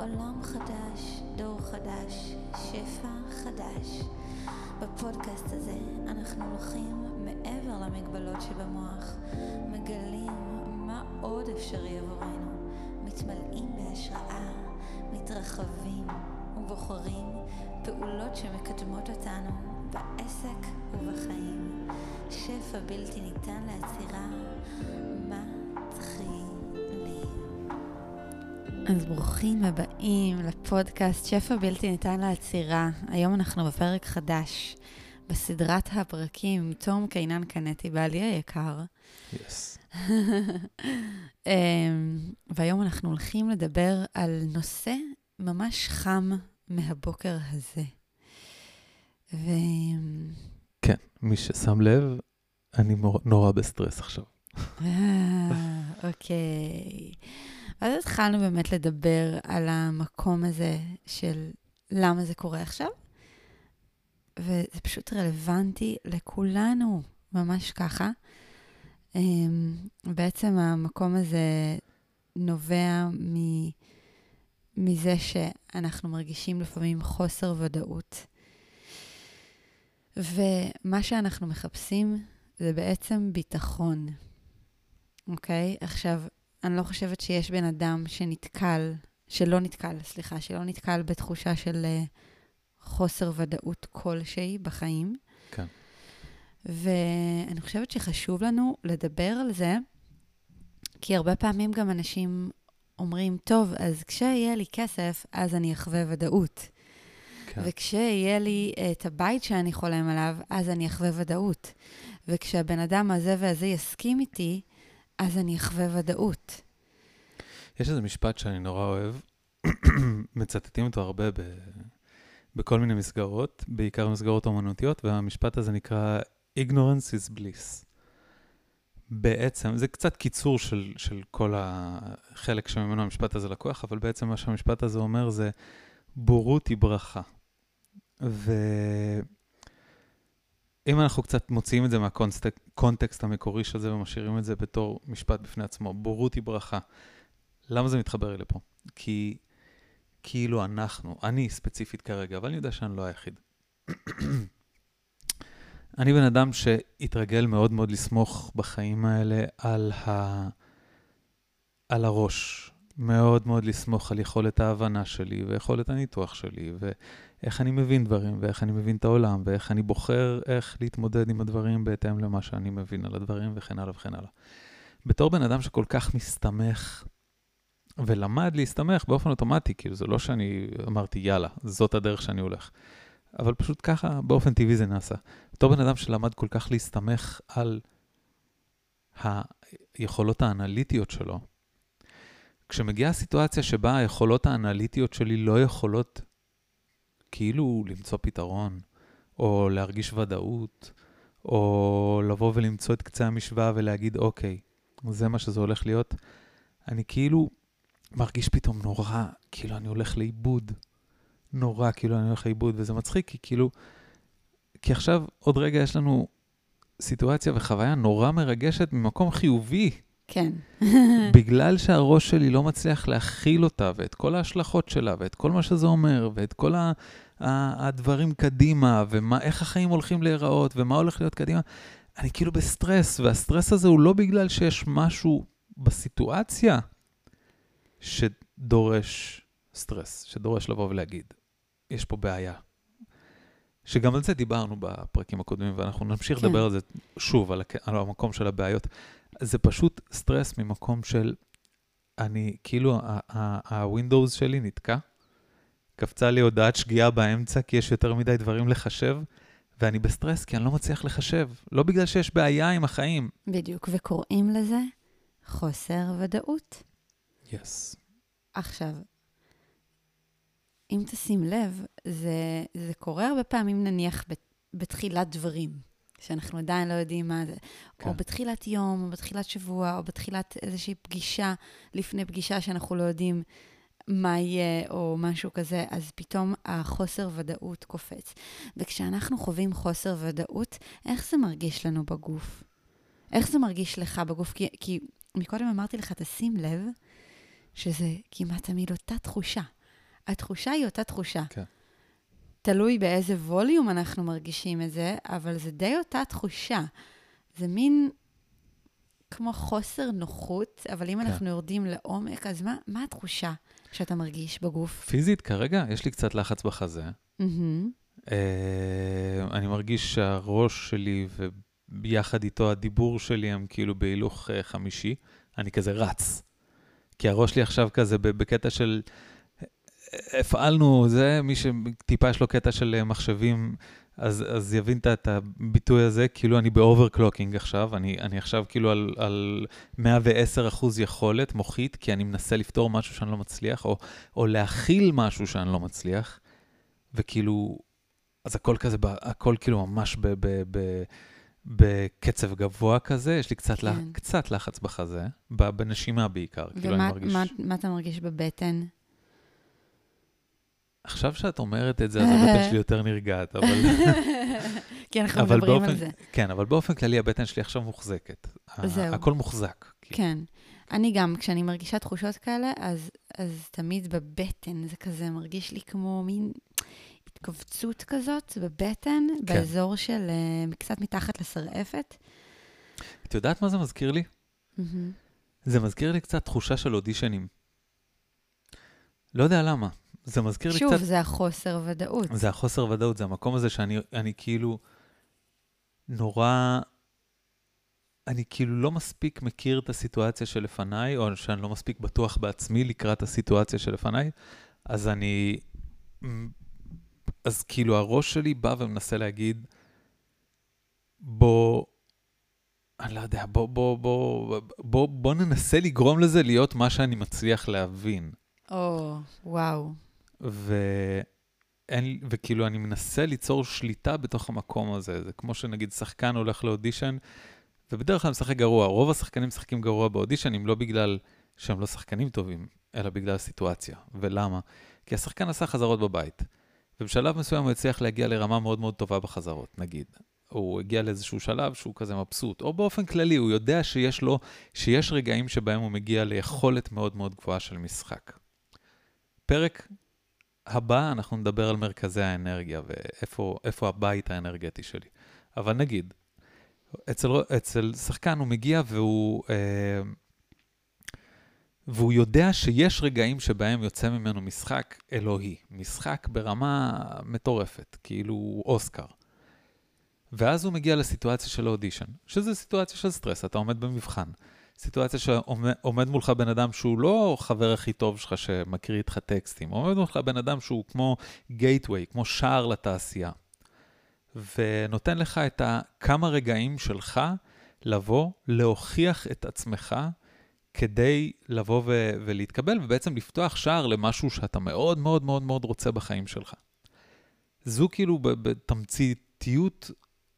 עולם חדש, דור חדש, שפע חדש. בפודקאסט הזה אנחנו הולכים מעבר למגבלות שבמוח, מגלים מה עוד אפשרי עבורנו, מתמלאים בהשראה, מתרחבים ובוחרים פעולות שמקדמות אותנו בעסק ובחיים. שפע בלתי ניתן לעצירה, מתחילים. אז ברוכים הבאים לפודקאסט שפע בלתי ניתן לעצירה. היום אנחנו בפרק חדש בסדרת הפרקים עם תום קינן קנטי, בעלי היקר. Yes. והיום אנחנו הולכים לדבר על נושא ממש חם מהבוקר הזה. כן, מי ששם לב, אני נורא בסטרס עכשיו. אוקיי. אז התחלנו באמת לדבר על המקום הזה של למה זה קורה עכשיו, וזה פשוט רלוונטי לכולנו, ממש ככה. בעצם המקום הזה נובע מזה שאנחנו מרגישים לפעמים חוסר ודאות, ומה שאנחנו מחפשים זה בעצם ביטחון. אוקיי? עכשיו, אני לא חושבת שיש בן אדם שלא נתקל בתחושה של חוסר ודאות כלשהי בחיים. כן. ואני חושבת שחשוב לנו לדבר על זה, כי הרבה פעמים גם אנשים אומרים, טוב, אז כשיהיה לי כסף, אז אני אחווה ודאות. כן. וכשיהיה לי את הבית שאני חולם עליו, אז אני אחווה ודאות. וכשהבן אדם הזה והזה יסכים איתי, אז אני אחווה ודאות. יש איזה משפט שאני נורא אוהב, מצטטים אותו הרבה בכל מיני מסגרות, בעיקר מסגרות אומנותיות, והמשפט הזה נקרא Ignorance is bliss. בעצם, זה קצת קיצור של כל החלק שממנו המשפט הזה לקוח, אבל בעצם מה שהמשפט הזה אומר זה, בורות היא ברכה. אם אנחנו קצת מוציאים את זה מהקונטקסט המקורי של זה ומשאירים את זה בתור משפט בפני עצמו, בורות היא ברכה. למה זה מתחבר לי לפה? כי כאילו אני ספציפית כרגע, אבל אני יודע שאני לא היחיד. אני בן אדם שהתרגל מאוד מאוד לסמוך בחיים האלה על הראש. מאוד מאוד לסמוך על יכולת ההבנה שלי ויכולת הניתוח שלי ואיך אני מבין דברים ואיך אני מבין את העולם ואיך אני בוחר איך להתמודד עם הדברים בהתאם למה שאני מבין על הדברים וכן הלאה וכן הלאה. בתור בן אדם שכל כך מסתמך ולמד להסתמך באופן אוטומטי, כאילו זה לא שאני אמרתי יאללה, זאת הדרך שאני הולך. אבל פשוט ככה באופן טבעי זה נעשה. בתור בן אדם שלמד כל כך להסתמך על היכולות האנליטיות שלו, כשמגיעה הסיטואציה שבה היכולות האנליטיות שלי לא יכולות כאילו למצוא פתרון, או להרגיש ודאות, או לבוא ולמצוא את קצה המשוואה ולהגיד, אוקיי, זה מה שזה הולך להיות, אני כאילו מרגיש פתאום נורא, כאילו אני הולך לאיבוד. נורא, כאילו אני הולך לאיבוד, וזה מצחיק, כי עכשיו עוד רגע יש לנו סיטואציה וחוויה נורא מרגשת ממקום חיובי. כן. בגלל שהראש שלי לא מצליח להכיל אותה, ואת כל ההשלכות שלה, ואת כל מה שזה אומר, ואת כל הדברים קדימה, ואיך החיים הולכים להיראות, ומה הולך להיות קדימה, אני כאילו בסטרס, והסטרס הזה הוא לא בגלל שיש משהו בסיטואציה שדורש סטרס, שדורש לבוא ולהגיד, יש פה בעיה. שגם על זה דיברנו בפרקים הקודמים, ואנחנו נמשיך לדבר על זה שוב, על המקום של הבעיות. זה פשוט סטרס ממקום של, כאילו, הווינדוס שלי נתקע, קפצה לי הודעת שגיאה באמצע, כי יש יותר מדי דברים לחשב, ואני בסטרס, כי אני לא מצליח לחשב. לא בגלל שיש בעיה עם החיים. בדיוק, וקוראים לזה חוסר ודאות. Yes. עכשיו, אם תשים לב, זה קורה הרבה פעמים נניח בתחילת דברים, שאנחנו עדיין לא יודעים מה זה, כן. או בתחילת יום, או בתחילת שבוע, או בתחילת איזושהי פגישה, לפני פגישה שאנחנו לא יודעים מה יהיה, או משהו כזה, אז פתאום החוסר ודאות קופץ. וכשאנחנו חווים חוסר ודאות, איך זה מרגיש לנו בגוף? איך זה מרגיש לך בגוף? כי מקודם אמרתי לך, תשים לב, שזה כמעט תמיד אותה תחושה. התחושה היא אותה תחושה. כן. תלוי באיזה ווליום אנחנו מרגישים את זה, אבל זה די אותה תחושה. זה מין כמו חוסר נוחות, אבל אם אנחנו יורדים לעומק, אז מה התחושה שאתה מרגיש בגוף? פיזית כרגע יש לי קצת לחץ בחזה. אני מרגיש שהראש שלי וביחד איתו הדיבור שלי הם כאילו בהילוך חמישי. אני כזה רץ. כי הראש שלי עכשיו כזה בקטע של... הפעלנו, זה מי שטיפה יש לו קטע של מחשבים, אז יבין את הביטוי הזה, כאילו אני באוברקלוקינג עכשיו, אני עכשיו כאילו על 110% יכולת מוחית, כי אני מנסה לפתור משהו שאני לא מצליח, או להכיל משהו שאני לא מצליח, וכאילו, אז הכל כזה, הכל כאילו ממש בקצב גבוה כזה, יש לי קצת לחץ בחזה, בנשימה בעיקר. ומה אתה מרגיש בבטן? עכשיו שאת אומרת את זה, אז הבטן שלי יותר נרגעת, אבל... כי אנחנו מדברים על זה. כן, אבל באופן כללי הבטן שלי עכשיו מוחזקת. זהו. הכל מוחזק. כן. אני גם, כשאני מרגישה תחושות כאלה, אז תמיד בבטן, זה כזה מרגיש לי כמו מין התכווצות כזאת בבטן, באזור של קצת מתחת לשרעפת. את יודעת מה זה מזכיר לי? זה מזכיר לי קצת תחושה של אודישנים. לא יודע למה. זה מזכיר לי קצת... שוב, זה החוסר ודאות. זה החוסר ודאות, זה המקום הזה שאני כאילו נורא... אני כאילו לא מספיק מכיר את הסיטואציה שלפניי, או שאני לא מספיק בטוח בעצמי לקראת הסיטואציה שלפניי, אז אז כאילו הראש שלי בא ומנסה להגיד, אני לא יודע, בוא ננסה לגרום לזה להיות מה שאני מצליח להבין. וואו. וכאילו אני מנסה ליצור שליטה בתוך המקום הזה. זה כמו שנגיד שחקן הולך לאודישן, ובדרך כלל משחק גרוע. רוב השחקנים משחקים גרוע באודישנים, לא בגלל שהם לא שחקנים טובים, אלא בגלל הסיטואציה. ולמה? כי השחקן עשה חזרות בבית. ובשלב מסוים הוא הצליח להגיע לרמה מאוד מאוד טובה בחזרות, נגיד. הוא הגיע לאיזשהו שלב שהוא כזה מבסוט, או באופן כללי, הוא יודע שיש רגעים שבהם הוא מגיע ליכולת מאוד מאוד גבוהה של משחק. פרק הבא אנחנו נדבר על מרכזי האנרגיה, ואיפה הבית האנרגטי שלי. אבל נגיד, אצל שחקן הוא מגיע והוא יודע שיש רגעים שבהם יוצא ממנו משחק אלוהי, משחק ברמה מטורפת, כאילו אוסקר. ואז הוא מגיע לסיטואציה של האודישן, שזה סיטואציה של סטרס, אתה עומד במבחן. סיטואציה שעומד מולך בן אדם שהוא לא חבר הכי טוב שלך שמקריא איתך טקסטים, עומד מולך בן אדם שהוא כמו גייטווי, כמו שער לתעשייה. ונותן לך את כמה רגעים שלך לבוא, להוכיח את עצמך, כדי לבוא ולהתקבל, ובעצם לפתוח שער למשהו שאתה מאוד מאוד מאוד מאוד רוצה בחיים שלך. זו כאילו בתמציתיות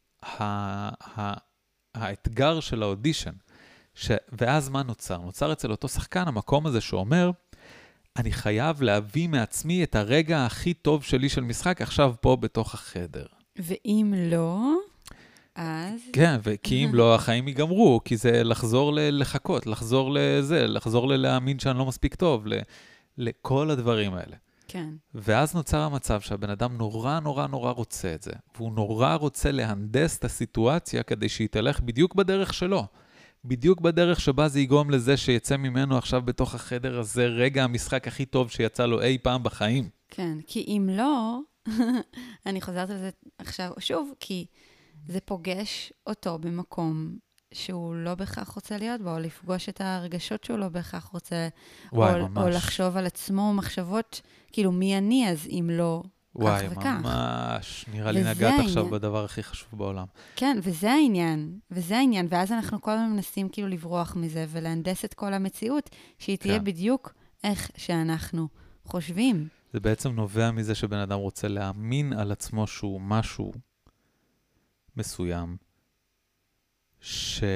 האתגר של האודישן. ואז מה נוצר? נוצר אצל אותו שחקן המקום הזה שאומר, אני חייב להביא מעצמי את הרגע הכי טוב שלי של משחק, עכשיו פה בתוך החדר. ואם לא, אז... כן, כי אם לא, החיים ייגמרו, כי זה לחזור לחכות, לחזור לזה, לחזור להאמין שאני לא מספיק טוב, לכל הדברים האלה. כן. ואז נוצר המצב שהבן אדם נורא נורא נורא רוצה את זה, והוא נורא רוצה להנדס את הסיטואציה כדי שהיא תלך בדיוק בדרך שלו. בדיוק בדרך שבה זה יגרום לזה שיצא ממנו עכשיו בתוך החדר הזה רגע המשחק הכי טוב שיצא לו אי פעם בחיים. כן, כי אם לא, אני חוזרת על זה עכשיו שוב, כי זה פוגש אותו במקום שהוא לא בהכרח רוצה להיות בו, או לפגוש את הרגשות שהוא לא בהכרח רוצה, או לחשוב על עצמו מחשבות, כאילו מי אני אז אם לא כך וכך. וואי, ממש, נראה לי נגעת עכשיו בדבר הכי חשוב בעולם. כן, וזה העניין, ואז אנחנו כל הזמן מנסים כאילו לברוח מזה, ולהנדס את כל המציאות, שהיא תהיה בדיוק איך שאנחנו חושבים. זה בעצם נובע מזה שבן אדם רוצה להאמין על עצמו שהוא משהו מסוים, שהוא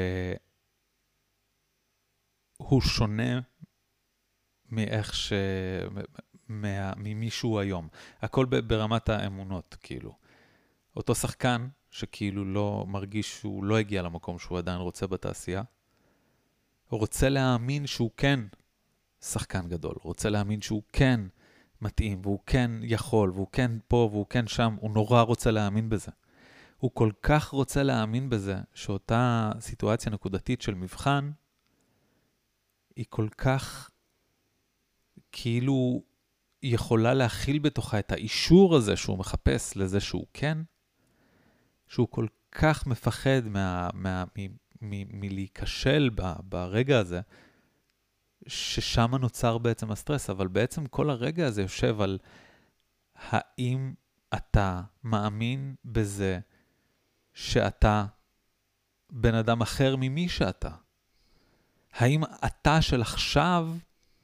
שונה מאיך ממישהו היום. הכל ברמת האמונות, כאילו. אותו שחקן שכאילו לא מרגיש שהוא לא הגיע למקום שהוא עדיין רוצה בתעשייה, הוא רוצה להאמין שהוא כן שחקן גדול, הוא רוצה להאמין שהוא כן מתאים, והוא כן יכול, והוא כן פה, והוא כן שם, הוא נורא רוצה להאמין בזה. הוא כל כך רוצה להאמין בזה, שאותה סיטואציה נקודתית של מבחן, היא כל כך כאילו יכולה להכיל בתוכה את האישור הזה שהוא מחפש לזה שהוא כן, שהוא כל כך מפחד מלהיכשל ברגע הזה, ששם נוצר בעצם הסטרס, אבל בעצם כל הרגע הזה יושב על האם אתה מאמין בזה שאתה בן אדם אחר ממי שאתה? האם אתה של עכשיו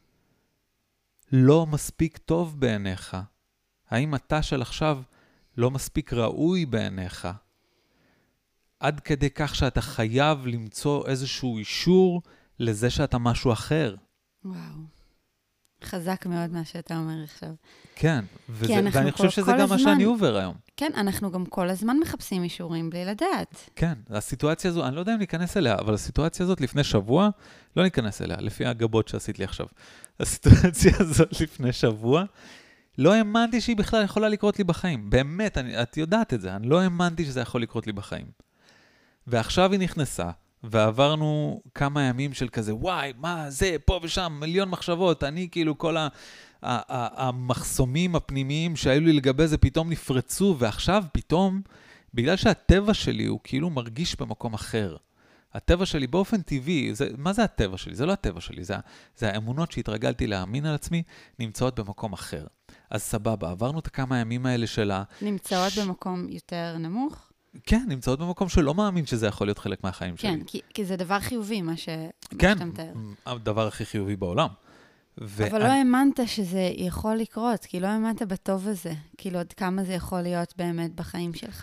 לא מספיק טוב בעיניך? האם אתה של עכשיו לא מספיק ראוי בעיניך? עד כדי כך שאתה חייב למצוא איזשהו אישור לזה שאתה משהו אחר. וואו. חזק מאוד מה שאתה אומר עכשיו. כן, ואני חושב שזה גם מה שאני עובר היום. כן, אנחנו גם כל הזמן מחפשים אישורים בלי לדעת. כן, הסיטואציה הזו, אני לא יודע אם ניכנס אליה, אבל הסיטואציה הזאת לפני שבוע, לא ניכנס אליה, לפי הגבות שעשית לי עכשיו. הסיטואציה הזאת לפני שבוע, לא האמנתי שהיא בכלל יכולה לקרות לי בחיים. באמת, את יודעת את זה, אני לא האמנתי שזה יכול לקרות לי בחיים. ועכשיו היא נכנסה, ועברנו כמה ימים של כזה, וואי, מה זה, פה ושם, מיליון מחשבות, אני כאילו כל המחסומים הפנימיים שהיו לי לגבי זה פתאום נפרצו, ועכשיו פתאום, בגלל שהטבע שלי הוא כאילו מרגיש במקום אחר. הטבע שלי באופן טבעי, מה זה הטבע שלי? זה לא הטבע שלי, זה האמונות שהתרגלתי להאמין על עצמי, נמצאות במקום אחר. אז סבבה, עברנו את הכמה הימים האלה שלה. נמצאות במקום יותר נמוך? כן, נמצאות במקום שלא מאמין שזה יכול להיות חלק מהחיים שלי. כן, כי זה דבר חיובי, מה כן, שאתה מתאר. הדבר הכי חיובי בעולם. אבל לא האמנת שזה יכול לקרות, כי לא האמנת בטוב הזה, כאילו עד כמה זה יכול להיות באמת בחיים שלך.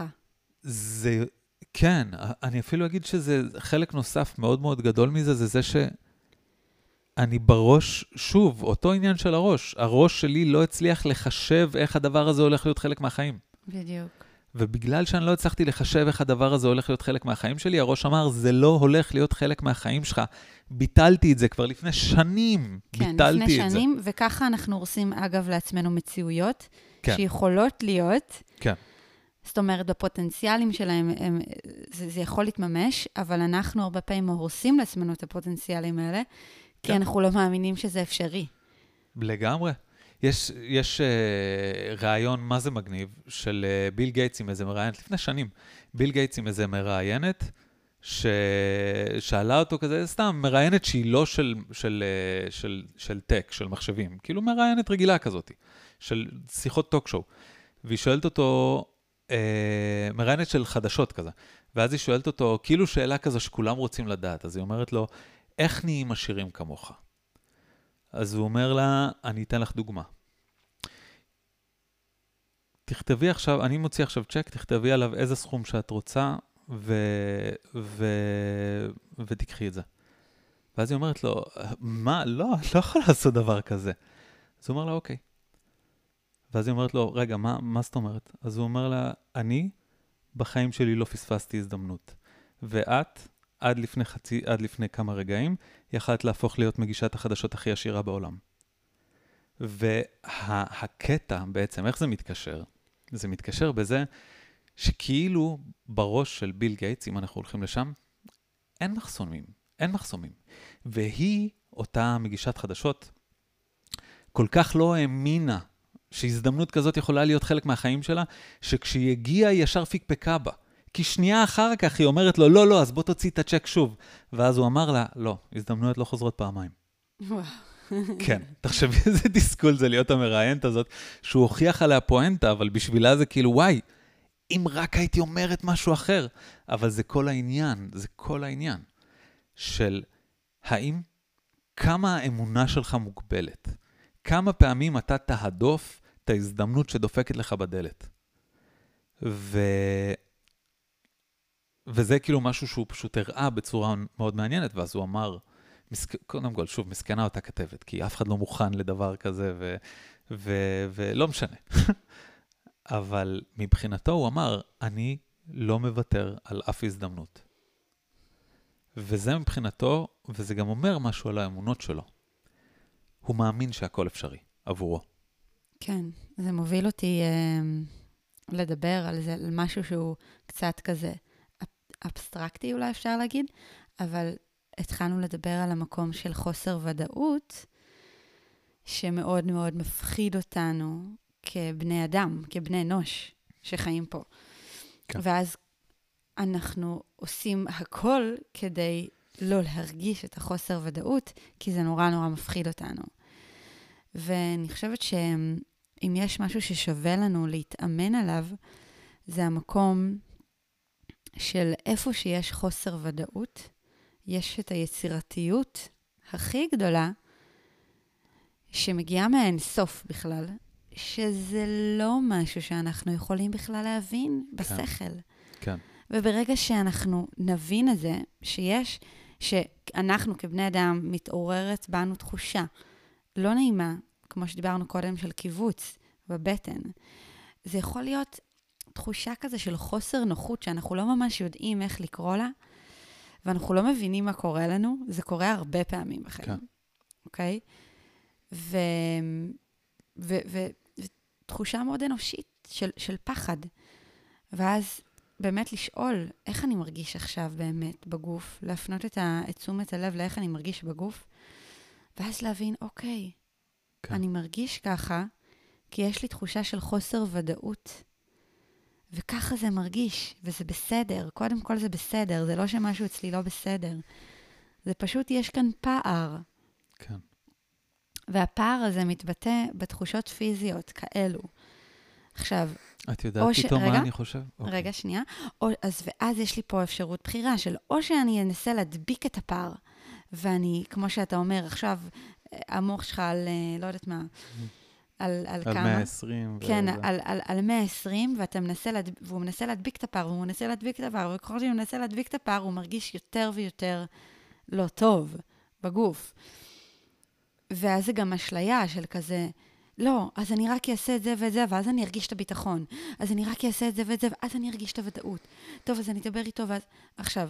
כן, אני אפילו אגיד שזה חלק נוסף מאוד מאוד גדול מזה, זה שאני בראש, שוב, אותו עניין של הראש שלי לא הצליח לחשב איך הדבר הזה הולך להיות חלק מהחיים. בדיוק. ובגלל שאני לא הצלחתי לחשב איך הדבר הזה הולך להיות חלק מהחיים שלי, הראש אמר, זה לא הולך להיות חלק מהחיים שלך. ביטלתי את זה כבר לפני שנים. כן, ביטלתי לפני את שנים, זה. וככה אנחנו עושים, אגב, לעצמנו מציאויות, כן. שיכולות להיות, כן. זאת אומרת, בפוטנציאלים שלהם, זה יכול להתממש, אבל אנחנו הרבה פעמים הורסים לעצמנו את הפוטנציאלים האלה, כי כן. אנחנו לא מאמינים שזה אפשרי. לגמרי. יש רעיון, מה זה מגניב, של ביל גייטס עם איזה מראיינת, לפני שנים, ביל גייטס עם איזה מראיינת, ששאלה אותו כזה, סתם, מראיינת שהיא לא של טק, של מחשבים, כאילו מראיינת רגילה כזאת, של שיחות טוק שואו, והיא שואלת אותו, מראיינת של חדשות כזה, ואז היא שואלת אותו, כאילו שאלה כזו שכולם רוצים לדעת, אז היא אומרת לו, איך נהיים עשירים כמוך? אז הוא אומר לה, אני אתן לך דוגמה. תכתבי עכשיו, אני מוציא עכשיו צ'ק, תכתבי עליו איזה סכום שאת רוצה, ותקחי את זה. ואז היא אומרת לו, מה? לא, את לא יכולה לעשות דבר כזה. אז הוא אומר לה, אוקיי. ואז היא אומרת לו, רגע, מה זאת אומרת? אז הוא אומר לה, אני בחיים שלי לא פספסתי הזדמנות. ואת, עד לפני כמה רגעים, יכלת להפוך להיות מגישת החדשות הכי עשירה בעולם. והקטע בעצם, איך זה מתקשר? זה מתקשר בזה שכאילו בראש של ביל גייטס, אם אנחנו הולכים לשם, אין מחסומים. והיא, אותה מגישת חדשות, כל כך לא האמינה שהזדמנות כזאת יכולה להיות חלק מהחיים שלה, שכשהיא הגיעה היא ישר פיקפקה בה. כי שנייה אחר כך היא אומרת לו, לא, אז בוא תוציא את הצ'ק שוב. ואז הוא אמר לה, לא, הזדמנויות לא חוזרות פעמיים. וואו. כן, תחשבי איזה דיסקול זה להיות המראיינת הזאת, שהוא הוכיח עליה פואנטה, אבל בשבילה זה כאילו, וואי, אם רק הייתי אומרת משהו אחר. אבל זה כל העניין, של האם, כמה האמונה שלך מוגבלת? כמה פעמים אתה תהדוף את ההזדמנות שדופקת לך בדלת? וזה כאילו משהו שהוא פשוט הראה בצורה מאוד מעניינת, ואז הוא אמר, קודם כל, שוב, מסכנה אותה כתבת, כי אף אחד לא מוכן לדבר כזה, ולא משנה. אבל מבחינתו הוא אמר, אני לא מוותר על אף הזדמנות. וזה מבחינתו, וזה גם אומר משהו על האמונות שלו. הוא מאמין שהכל אפשרי עבורו. כן, זה מוביל אותי לדבר על זה, על משהו שהוא קצת כזה אבסטרקטי אולי אפשר להגיד, אבל התחלנו לדבר על המקום של חוסר ודאות, שמאוד מאוד מפחיד אותנו כבני אדם, כבני אנוש שחיים פה. כן. ואז אנחנו עושים הכל כדי לא להרגיש את החוסר ודאות, כי זה נורא נורא מפחיד אותנו. ואני חושבת שאם יש משהו ששווה לנו להתאמן עליו, זה המקום של איפה שיש חוסר ודאות, יש את היצירתיות הכי גדולה, שמגיעה מהאינסוף בכלל, שזה לא משהו שאנחנו יכולים בכלל להבין בשכל. כן. וברגע שאנחנו נבין את זה, שאנחנו כבני אדם מתעוררת בנו תחושה לא נעימה, כמו שדיברנו קודם, של קיבוץ בבטן. זה יכול להיות תחושה כזה של חוסר נוחות, שאנחנו לא ממש יודעים איך לקרוא לה, ואנחנו לא מבינים מה קורה לנו. זה קורה הרבה פעמים בחיים. כן. אוקיי? ותחושה מאוד אנושית של פחד. ואז באמת לשאול איך אני מרגיש עכשיו באמת בגוף, להפנות את תשומת הלב לאיך אני מרגיש בגוף, ואז להבין, אוקיי, כן. אני מרגיש ככה, כי יש לי תחושה של חוסר ודאות, וככה זה מרגיש, וזה בסדר. קודם כל זה בסדר, זה לא שמשהו אצלי לא בסדר. זה פשוט, יש כאן פער. כן. והפער הזה מתבטא בתחושות פיזיות כאלו. עכשיו, את יודעת פתאום מה אני חושב? רגע, שנייה. ואז יש לי פה אפשרות בחירה של או שאני אנסה להדביק את הפער, ואני, כמו שאתה אומר, עכשיו, המוח שלך על, לא יודעת מה, על כמה? 120. כן, על 120, והוא מנסה להדביק את הפער, והוא מנסה להדביק את הפער, וככל שהוא מנסה להדביק את הפער, הוא מרגיש יותר ויותר לא טוב בגוף. ואז זה גם אשליה של כזה, לא, אז אני רק אעשה את זה ואת זה, ואז אני ארגיש את הביטחון. אז אני רק אעשה את זה ואת זה, ואז אני ארגיש את הוודאות. טוב, אז אני אדבר איתו, ואז... עכשיו,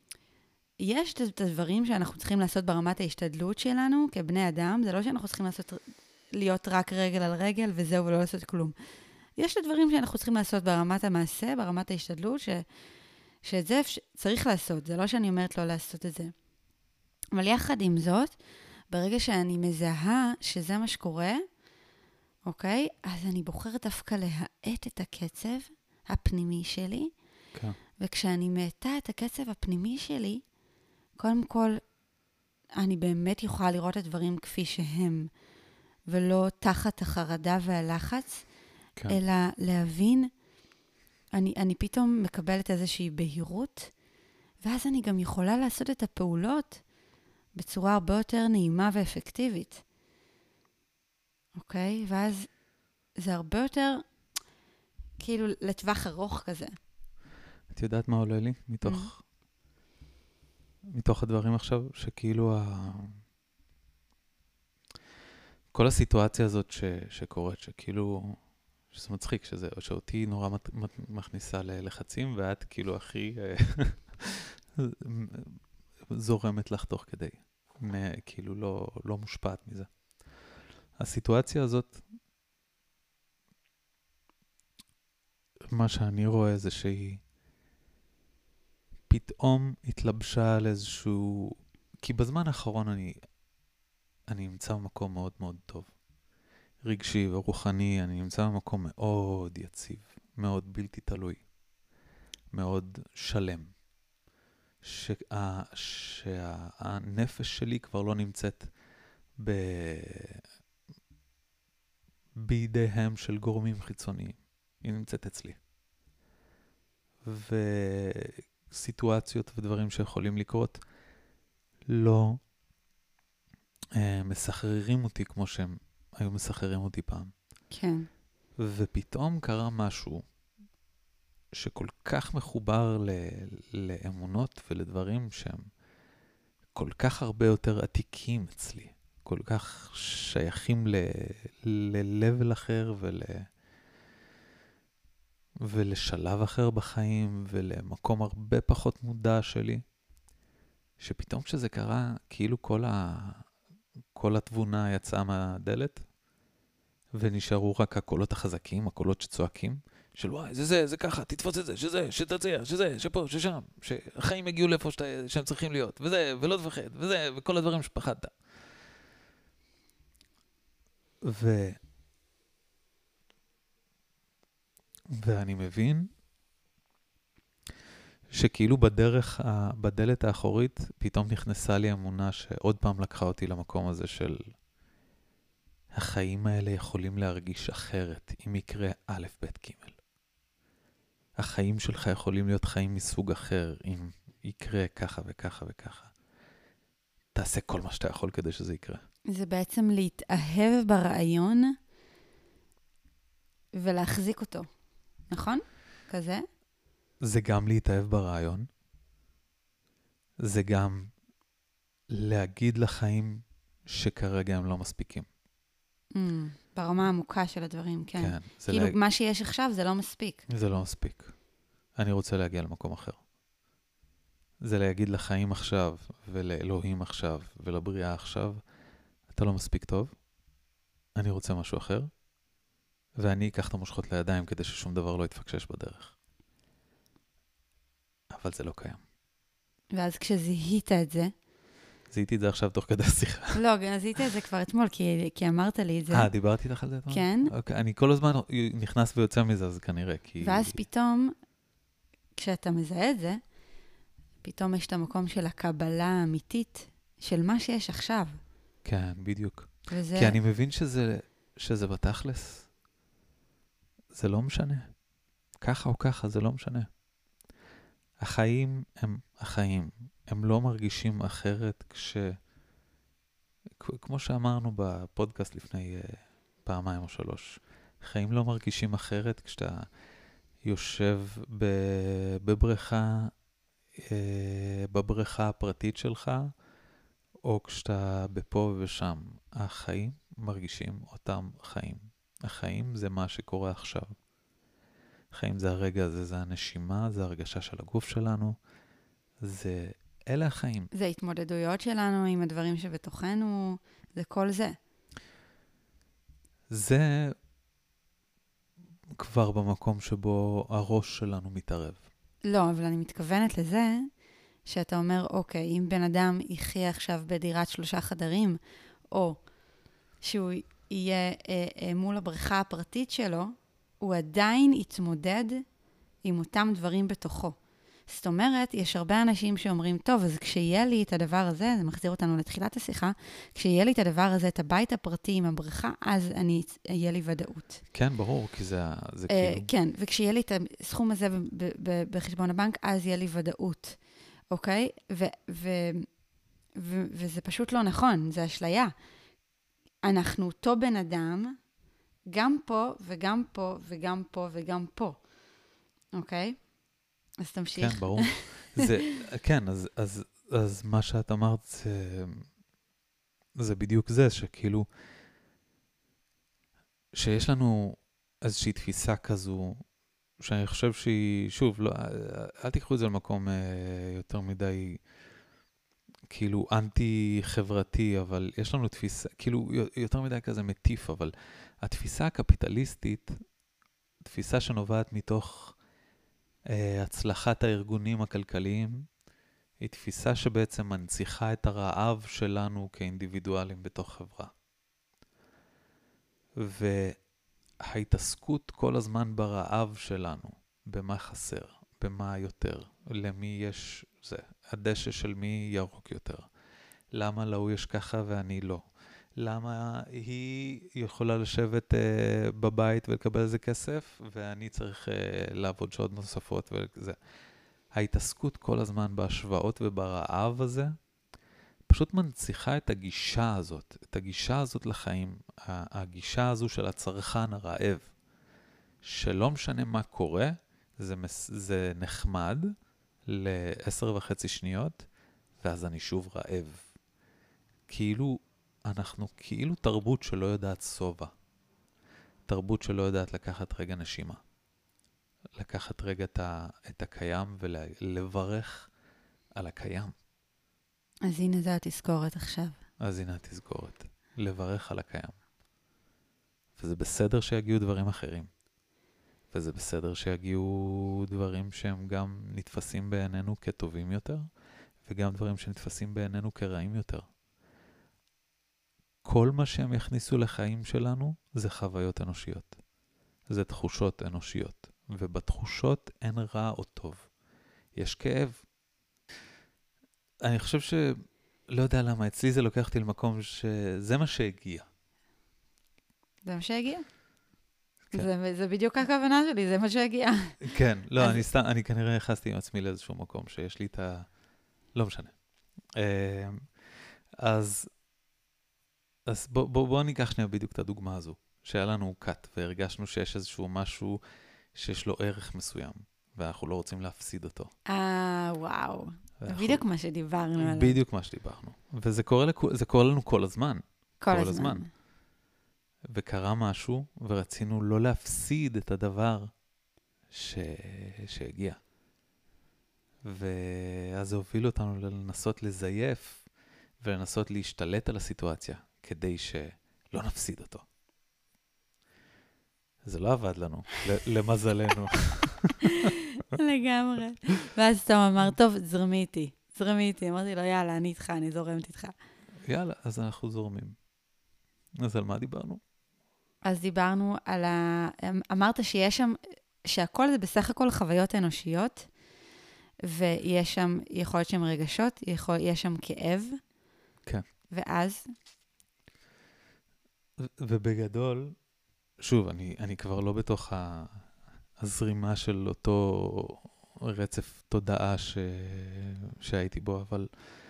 יש את הדברים שאנחנו צריכים לעשות ברמת ההשתדלות שלנו, כבני אדם. זה לא שאנחנו צריכים להיות רק רגל על רגל, וזהו, ולא לעשות כלום. יש את הדברים שאנחנו צריכים לעשות ברמת המעשה, ברמת ההשתדלות, שאת זה צריך לעשות. זה לא שאני אומרת לא לעשות את זה. אבל יחד עם זאת, ברגע שאני מזהה שזה מה שקורה, אוקיי? אז אני בוחרת דווקא להאט את הקצב הפנימי שלי, כן. וכשאני מאטה את הקצב הפנימי שלי, קודם כל, אני באמת יכולה לראות את הדברים כפי שהם, ולא תחת החרדה והלחץ, כן. אלא להבין, אני פתאום מקבלת איזושהי בהירות, ואז אני גם יכולה לעשות את הפעולות בצורה הרבה יותר נעימה ואפקטיבית. אוקיי? ואז זה הרבה יותר, כאילו, לטווח ארוך כזה. את יודעת מה עולה לי? מתוך הדברים עכשיו, שכאילו כל הסיטואציה הזאת שקורית, שכאילו, שזה מצחיק, שאותי נורא מכניסה ללחצים, ואת כאילו הכי זורמת לך תוך כדי. כאילו לא מושפעת מזה. הסיטואציה הזאת, מה שאני רואה זה שהיא פתאום התלבשה על איזשהו... כי בזמן האחרון אני נמצא במקום מאוד מאוד טוב. רגשי ורוחני, אני נמצא במקום מאוד יציב, מאוד בלתי תלוי, מאוד שלם. שהנפש שלי כבר לא נמצאת בידיהם של גורמים חיצוניים. היא נמצאת אצלי. וסיטואציות ודברים שיכולים לקרות לא מסחררים אותי כמו שהם היו מסחררים אותי פעם. כן. ופתאום קרה משהו שכל כך מחובר לאמונות ולדברים שהם כל כך הרבה יותר עתיקים אצלי. כל כך שייכים ל-level אחר ולשלב אחר בחיים ולמקום הרבה פחות מודע שלי, שפתאום כשזה קרה, כאילו כל התבונה יצאה מהדלת, ונשארו רק הקולות החזקים, הקולות שצועקים, של וואי, זה ככה, תתפוס את זה, שתצליח, שפה, ששם, שהחיים יגיעו לאיפה שהם צריכים להיות, וזה, ולא תפחד, וזה, וכל הדברים שפחדת. ואני מבין שכאילו בדלת האחורית, פתאום נכנסה לי אמונה שעוד פעם לקחה אותי למקום הזה של החיים האלה יכולים להרגיש אחרת אם יקרה א', ב', ג'. החיים שלך יכולים להיות חיים מסוג אחר אם יקרה ככה וככה וככה. תעשה כל מה שאתה יכול כדי שזה יקרה. זה בעצם להתאהב ברעיון ולהחזיק אותו, נכון? כזה? זה גם להתאהב ברעיון. זה גם להגיד לחיים שכרגע הם לא מספיקים. ברמה העמוקה של הדברים, כן. כן. כאילו מה שיש עכשיו זה לא מספיק. זה לא מספיק. אני רוצה להגיע למקום אחר. זה להגיד לחיים עכשיו, ולאלוהים עכשיו, ולבריאה עכשיו, אתה לא מספיק טוב, אני רוצה משהו אחר, ואני אקח את המושכות לידיים כדי ששום דבר לא יתפקשש בדרך. אבל זה לא קיים. ואז כשזיהית את זה... זיהיתי את זה עכשיו תוך כדי השיחה. לא, זיהית את זה כבר אתמול, כי אמרת לי את זה. דיברתי איתך על זה אתמול? כן. אוקיי, אני כל הזמן נכנס ויוצא מזה, אז כנראה, כי... ואז פתאום, כשאתה מזהה את זה, פתאום יש את המקום של הקבלה האמיתית של מה שיש עכשיו. כן, בדיוק. וזה... כי אני מבין שזה בתכלס. זה לא משנה. ככה או ככה, זה לא משנה. החיים הם החיים. הם לא מרגישים אחרת כמו שאמרנו בפודקאסט לפני פעמיים או 3, חיים לא מרגישים אחרת כשאתה יושב בבריכה הפרטית שלך, או כשאתה בפה ושם. החיים מרגישים אותם חיים. החיים זה מה שקורה עכשיו. החיים זה הרגע הזה, זה הנשימה, זה הרגשה של הגוף שלנו, אלה החיים. זה התמודדויות שלנו עם הדברים שבתוכנו, זה כל זה. זה כבר במקום שבו הראש שלנו מתערב. לא, אבל אני מתכוונת לזה, שאתה אומר, אוקיי, אם בן אדם יחיה עכשיו בדירת 3 חדרים, או שהוא יהיה מול הבריכה הפרטית שלו, הוא עדיין יתמודד עם אותם דברים בתוכו. זאת אומרת, יש הרבה אנשים שאומרים, טוב, אז כשיהיה לי את הדבר הזה, זה מחזיר אותנו לתחילת השיחה, כשיהיה לי את הדבר הזה, את הבית הפרטי עם הבריכה, אז יהיה לי ודאות. כן, ברור, כי זה כאילו... כן, וכשיהיה לי את הסכום הזה בחשבון הבנק, אז יהיה לי ודאות, אוקיי? וזה פשוט לא נכון, זה אשליה. אנחנו אותו בן אדם, גם פה וגם פה וגם פה וגם פה, אוקיי? אז תמשיך. כן, ברור. כן, אז מה שאת אמרת זה בדיוק זה, שכאילו, שיש לנו איזושהי תפיסה כזו, שאני חושב שהיא, שוב, לא, אל תיקחו את זה למקום יותר מדי, כאילו, אנטי-חברתי, אבל יש לנו תפיסה, כאילו, יותר מדי כזה מטיף, אבל התפיסה הקפיטליסטית, תפיסה שנובעת מתוך הצלחת הארגונים הכלכליים, היא תפיסה שבעצם מנציחה את הרעב שלנו כאינדיבידואלים בתוך חברה. וההתעסקות כל הזמן ברעב שלנו, במה חסר, במה יותר, למי יש זה, הדשא של מי ירוק יותר, למה להוא יש ככה ואני לא, למה היא יכולה לשבת בבית ולקבל איזה כסף, ואני צריך לעבוד שעות נוספות וזה. ההתעסקות כל הזמן בהשוואות וברעב הזה, פשוט מנציחה את הגישה הזאת, את הגישה הזאת לחיים, הגישה הזו של הצרכן הרעב, שלא משנה מה קורה, זה נחמד ל10.5 שניות, ואז אני שוב רעב. אנחנו כאילו תרבות שלא יודעת סובה. תרבות שלא יודעת לקחת רגע נשימה. לקחת רגע את הקיים ולברך על הקיים. אז הנה זה התזכורת עכשיו. אז הנה התזכורת. לברך על הקיים. וזה בסדר שיגיעו דברים אחרים. וזה בסדר שיגיעו דברים שהם גם נתפסים בעינינו כטובים יותר, וגם דברים שנתפסים בעינינו כרעים יותר. כל מה שהם יכניסו לחיים שלנו זה חוויות אנושיות. זה תחושות אנושיות. ובתחושות אין רע או טוב. יש כאב. אני חושב לא יודע למה, אצלי זה לוקח אותי למקום שזה מה שהגיע. זה מה שהגיע? כן. זה בדיוק הכוונה שלי, זה מה שהגיע. כן, לא, אני כנראה נכנסתי עם עצמי לאיזשהו מקום שיש לי את לא משנה. אז בוא ניקח שנייה בדיוק את הדוגמה הזו, שהיה לנו קאט, והרגשנו שיש איזשהו משהו שיש לו ערך מסוים, ואנחנו לא רוצים להפסיד אותו. וואו. בדיוק מה שדיברנו עליו. בדיוק מה שדיברנו. וזה קורה לנו כל הזמן. כל הזמן. וקרה משהו, ורצינו לא להפסיד את הדבר שהגיע. ואז זה הוביל אותנו לנסות לזייף, ולנסות להשתלט על הסיטואציה, כדי שלא נפסיד אותו. זה לא עבד לנו, למזלנו. לגמרי. ואז תום אמר, טוב, זרמי איתי. אמרתי לו, יאללה, אני איתך, אני זורמת איתך. יאללה, אז אנחנו זורמים. אז על מה דיברנו? אז דיברנו על אמרת שיש שם, שהכל זה בסך הכל חוויות אנושיות, ויש שם, יכול להיות שם רגשות, יש שם כאב. כן. ואז? ובגדול, שוב, אני כבר לא בתוך הזרימה של אותו רצף תודעה שהייתי בו, אבל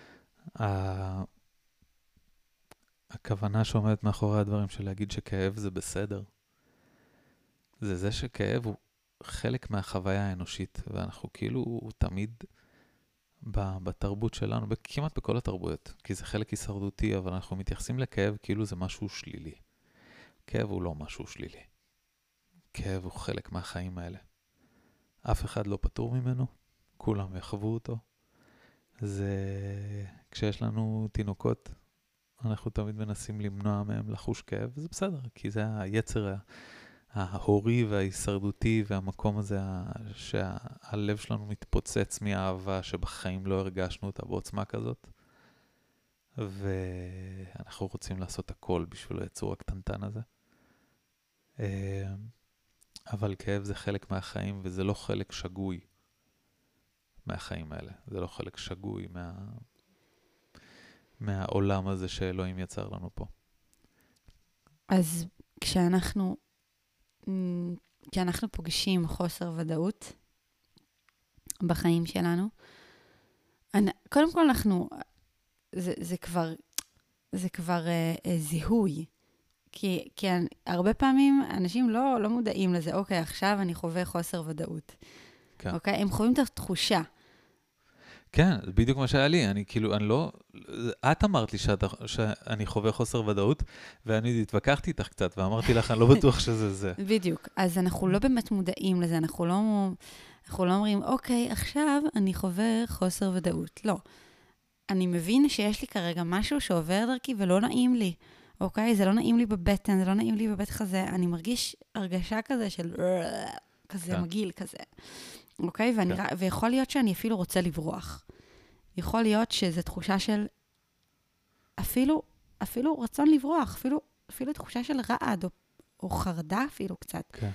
הכוונה שעומדת מאחורי הדברים של להגיד שכאב זה בסדר. זה שכאב הוא חלק מהחוויה האנושית, ואנחנו כאילו תמיד בתרבות שלנו, כמעט בכל התרבויות, כי זה חלק הישרדותי, אבל אנחנו מתייחסים לכאב כאילו זה משהו שלילי. כאב הוא לא משהו שלילי. כאב הוא חלק מהחיים האלה. אף אחד לא פטור ממנו, כולם יחוו אותו. כשיש לנו תינוקות, אנחנו תמיד מנסים למנוע מהם לחוש כאב, וזה בסדר, כי זה היצר ההורי וההישרדותי, והמקום הזה שהלב שלנו מתפוצץ מאהבה שבחיים לא הרגשנו אותה בעוצמה כזאת. ואנחנו רוצים לעשות הכל בשביל היצור הקטנטן הזה. אבל כאב זה חלק מהחיים, וזה לא חלק שגוי מהחיים האלה. זה לא חלק שגוי מהעולם הזה שאלוהים יצר לנו פה. אז כשאנחנו פוגשים חוסר ודאות בחיים שלנו, קודם כל זה כבר זיהוי. כי הרבה פעמים אנשים לא מודעים לזה. אוקיי, עכשיו אני חווה חוסר ודאות. כן. אוקיי? הם חווים את התחושה. כן, זה בדיוק מה שהיה לי. אני לא... את אמרת לי שאני חווה חוסר ודאות, ואני התווכחתי איתך קצת, ואמרתי לך, אני לא בטוח שזה זה. בדיוק. אז אנחנו לא באמת מודעים לזה. אנחנו לא אומרים, אוקיי, עכשיו אני חווה חוסר ודאות. לא. אני מבין שיש לי כרגע משהו שעובר דרכי ולא נעים לי. אוקיי? זה לא נעים לי בבטן, זה לא נעים לי בבית חזה. אני מרגיש הרגשה כזה של כזה מגיל כזה. אוקיי? ויכול להיות שאני אפילו רוצה לברוח. יכול להיות שזו תחושה של אפילו רצון לברוח, אפילו תחושה של רעד או חרדה אפילו קצת. כן.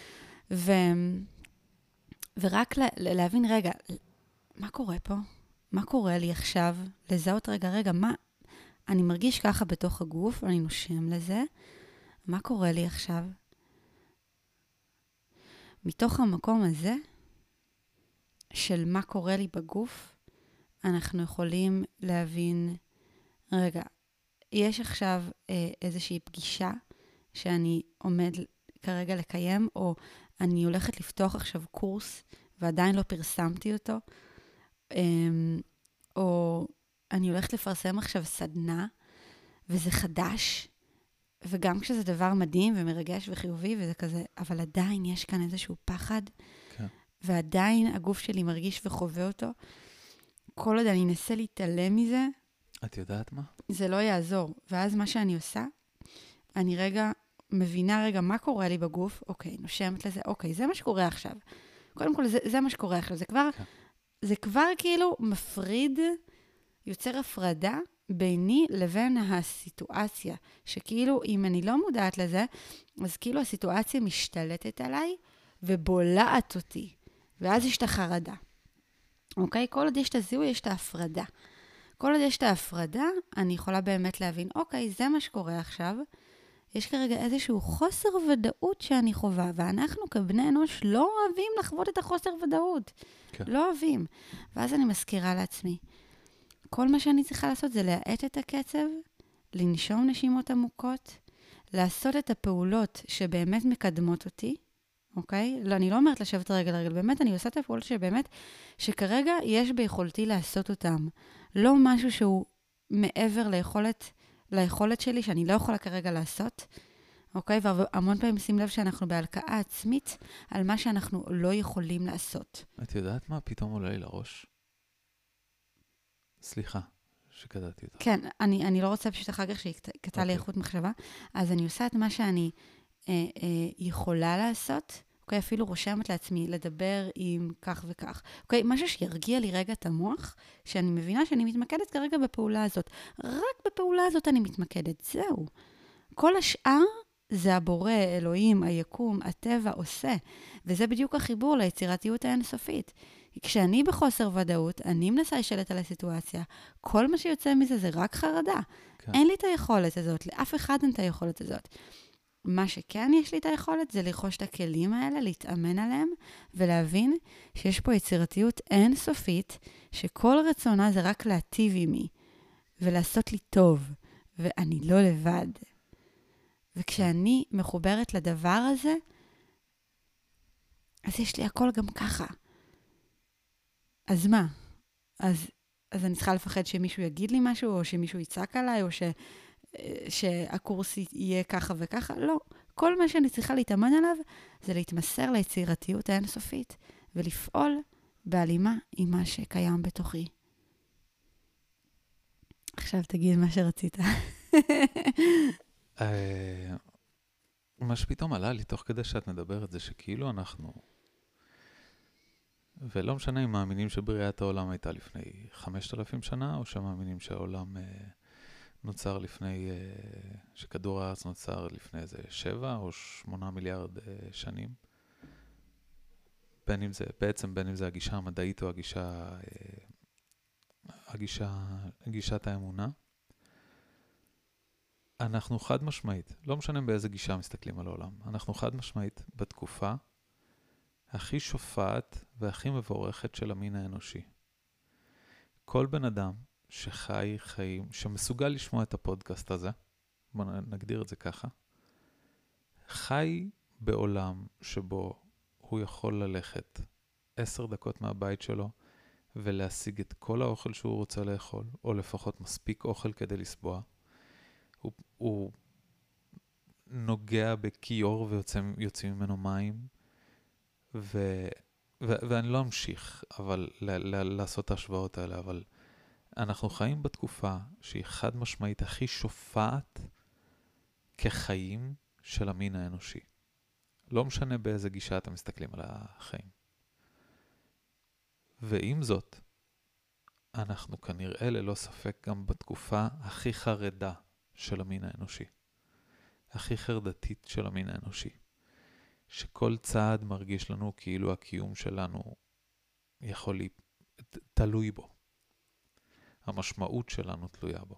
ורק להבין רגע, מה קורה פה? מה קורה לי עכשיו? לזהות רגע, מה? אני מרגיש ככה בתוך הגוף, אני נושם לזה. מה קורה לי עכשיו? מתוך המקום הזה, של מה קורה לי בגוף, אנחנו יכולים להבין, רגע, יש עכשיו איזושהי פגישה שאני עומד כרגע לקיים, או אני הולכת לפתוח עכשיו קורס, ועדיין לא פרסמתי אותו, או אני הולכת לפרסם עכשיו סדנה, וזה חדש, וגם כשזה דבר מדהים ומרגש וחיובי, וזה כזה, אבל עדיין יש כאן איזשהו פחד, כן. ועדיין הגוף שלי מרגיש וחווה אותו. כל עוד אני אנסה להתעלם מזה, את יודעת מה? זה לא יעזור. ואז מה שאני עושה, אני רגע מבינה רגע מה קורה לי בגוף, אוקיי, נושמת לזה, אוקיי, זה מה שקורה עכשיו. קודם כל, זה מה שקורה עכשיו. זה כבר כאילו מפריד, יוצר הפרדה ביני לבין הסיטואציה, שכאילו אם אני לא מודעת לזה, אז כאילו הסיטואציה משתלטת עליי ובולעת אותי, ואז יש את החרדה. אוקיי? כל עוד יש את הזיהוי, יש את ההפרדה. כל עוד יש את ההפרדה, אני יכולה באמת להבין, אוקיי, זה מה שקורה עכשיו. יש כרגע איזשהו חוסר ודאות שאני חובה, ואנחנו כבני אנוש לא אוהבים לחוות את החוסר ודאות. כן. לא אוהבים. ואז אני מזכירה לעצמי, כל מה שאני צריכה לעשות זה להאט את הקצב, לנשום נשימות עמוקות, לעשות את הפעולות שבאמת מקדמות אותי, אוקיי? לא, אני לא אומרת לשבת רגל לרגל, באמת אני עושה את הפעולות שבאמת, שכרגע יש ביכולתי לעשות אותם. לא משהו שהוא מעבר ליכולת שלי, שאני לא יכולה כרגע לעשות, אוקיי? והמון פעמים שים לב שאנחנו בהלקאה עצמית על מה שאנחנו לא יכולים לעשות. את יודעת מה פתאום עולה לי לראש? סליחה, שקדעתי אותך. כן, אני לא רוצה פשוט אחר כך שקטע לי איכות מחשבה, אז אני עושה את מה שאני יכולה לעשות, אוקיי? אפילו רושמת לעצמי לדבר עם כך וכך. אוקיי? משהו שירגיע לי רגע את המוח, שאני מבינה שאני מתמקדת כרגע בפעולה הזאת. רק בפעולה הזאת אני מתמקדת, זהו. כל השאר זה הבורא, אלוהים, היקום, הטבע עושה. וזה בדיוק החיבור ליצירתיות האינסופית. כשאני בחוסר ודאות, אני מנסה לשלט על הסיטואציה. כל מה שיוצא מזה זה רק חרדה. כן. אין לי את היכולת הזאת, לאף אחד אין את היכולת הזאת. מה שכן יש לי את היכולת זה לרכוש את הכלים האלה, להתאמן עליהם, ולהבין שיש פה יצירתיות אינסופית, שכל רצונה זה רק להטיב עימי, ולעשות לי טוב, ואני לא לבד. וכשאני מחוברת לדבר הזה, אז יש לי הכל גם ככה. אז מה? אז אני צריכה לפחד שמישהו יגיד לי משהו, או שמישהו יצעק עליי, או שהקורס יהיה ככה וככה? לא. כל מה שאני צריכה להתאמן עליו, זה להתמסר ליצירתיות האינסופית, ולפעול בהלימה עם מה שקיים בתוכי. עכשיו תגיד מה שרצית. מה שפתאום עלה לי תוך כדי שאת מדברת, זה שכאילו אנחנו, ולא משנה אם מאמינים שבריאת העולם הייתה לפני 5,000 שנה, או שמאמינים שהעולם נוצר לפני, שכדור הארץ נוצר לפני איזה 7 או 8 מיליארד שנים. בין אם זה הגישה המדעית או גישת האמונה. אנחנו חד משמעית, לא משנה באיזה גישה מסתכלים על העולם, אנחנו חד משמעית בתקופה הכי שופעת והכי מבורכת של המין האנושי. כל בן אדם שחי חיים, שמסוגל לשמוע את הפודקאסט הזה, בוא נגדיר את זה ככה, חי בעולם שבו הוא יכול ללכת 10 דקות מהבית שלו, ולהשיג את כל האוכל שהוא רוצה לאכול, או לפחות מספיק אוכל כדי לסבוע. הוא נוגע בכיור ויוצאים ממנו מים, ואני לא אמשיך לעשות את ההשוואות האלה, אבל אנחנו חיים בתקופה שהיא חד משמעית הכי שופעת כחיים של המין האנושי. לא משנה באיזה גישה אתם מסתכלים על החיים. ועם זאת, אנחנו כנראה ללא ספק גם בתקופה הכי חרדה של המין האנושי. הכי חרדתית של המין האנושי. שכל צעד מרגיש לנו כאילו הקיום שלנו תלוי בו. המשמעות שלנו תלויה בו.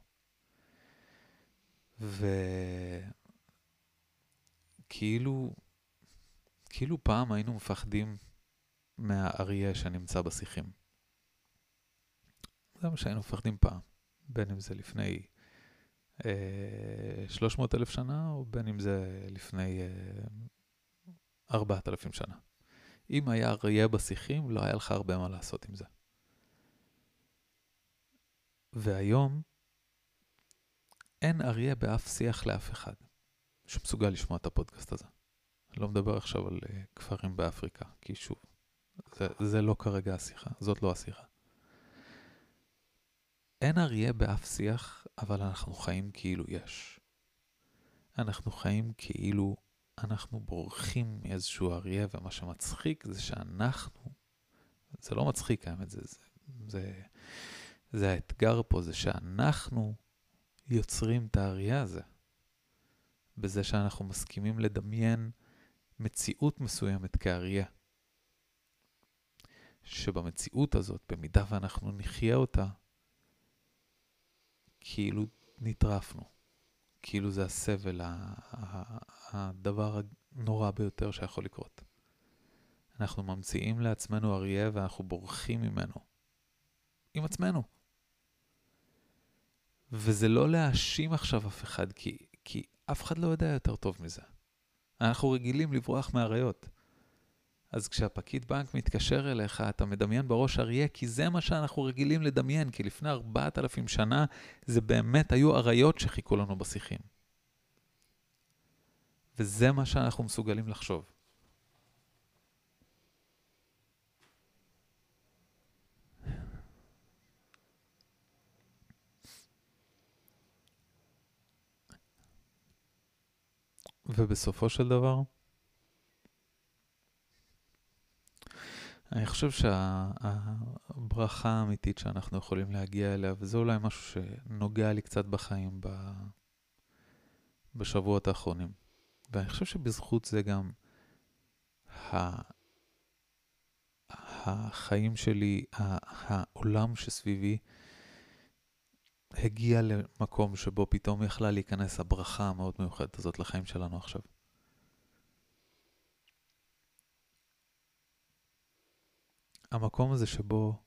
וכאילו פעם היינו מפחדים מהאריה שנמצא בשיחים. זה מה שהיינו מפחדים פעם. בין אם זה לפני 300,000 שנה, או בין אם זה לפני 4,000 שנה. אם היה אריה בשיחים, לא היה לך הרבה מה לעשות עם זה. והיום, אין אריה באף שיח לאף אחד שמסוגל לשמוע את הפודקאסט הזה. אני לא מדבר עכשיו על כפרים באפריקה, כי שוב, זה לא כרגע השיחה, זאת לא השיחה. אין אריה באף שיח, אבל אנחנו חיים כאילו יש. אנחנו חיים כאילו אנחנו בורחים מאיזשהו אריה, ומה שמצחיק זה שאנחנו, זה לא מצחיק, האמת, זה האתגר פה, זה שאנחנו יוצרים את האריה הזה, בזה שאנחנו מסכימים לדמיין מציאות מסוימת כאריה. שבמציאות הזאת, במידה ואנחנו נחיה אותה, כאילו נטרפנו. כאילו זה הסבל, הדבר הנורא ביותר שיכול לקרות. אנחנו ממציאים לעצמנו אריה ואנחנו בורחים ממנו. עם עצמנו. וזה לא להאשים עכשיו אף אחד, כי אף אחד לא יודע יותר טוב מזה. אנחנו רגילים לברוח מהאריות. אז כשהפקיד בנק מתקשר אליך, אתה מדמיין בראש אריה, כי זה מה שאנחנו רגילים לדמיין, כי לפני 4,000 שנה, זה באמת היו אריות שחיכו לנו בשיחים. וזה מה שאנחנו מסוגלים לחשוב. ובסופו של דבר, אני חושב שהברכה האמיתית שאנחנו יכולים להגיע אליה, וזה אולי משהו שנוגע לי קצת בחיים בשבועות האחרונים. ואני חושב שבזכות זה גם החיים שלי, העולם שסביבי, הגיע למקום שבו פתאום יכלה להיכנס הברכה המאוד מיוחדת הזאת לחיים שלנו עכשיו. המקום הזה שבו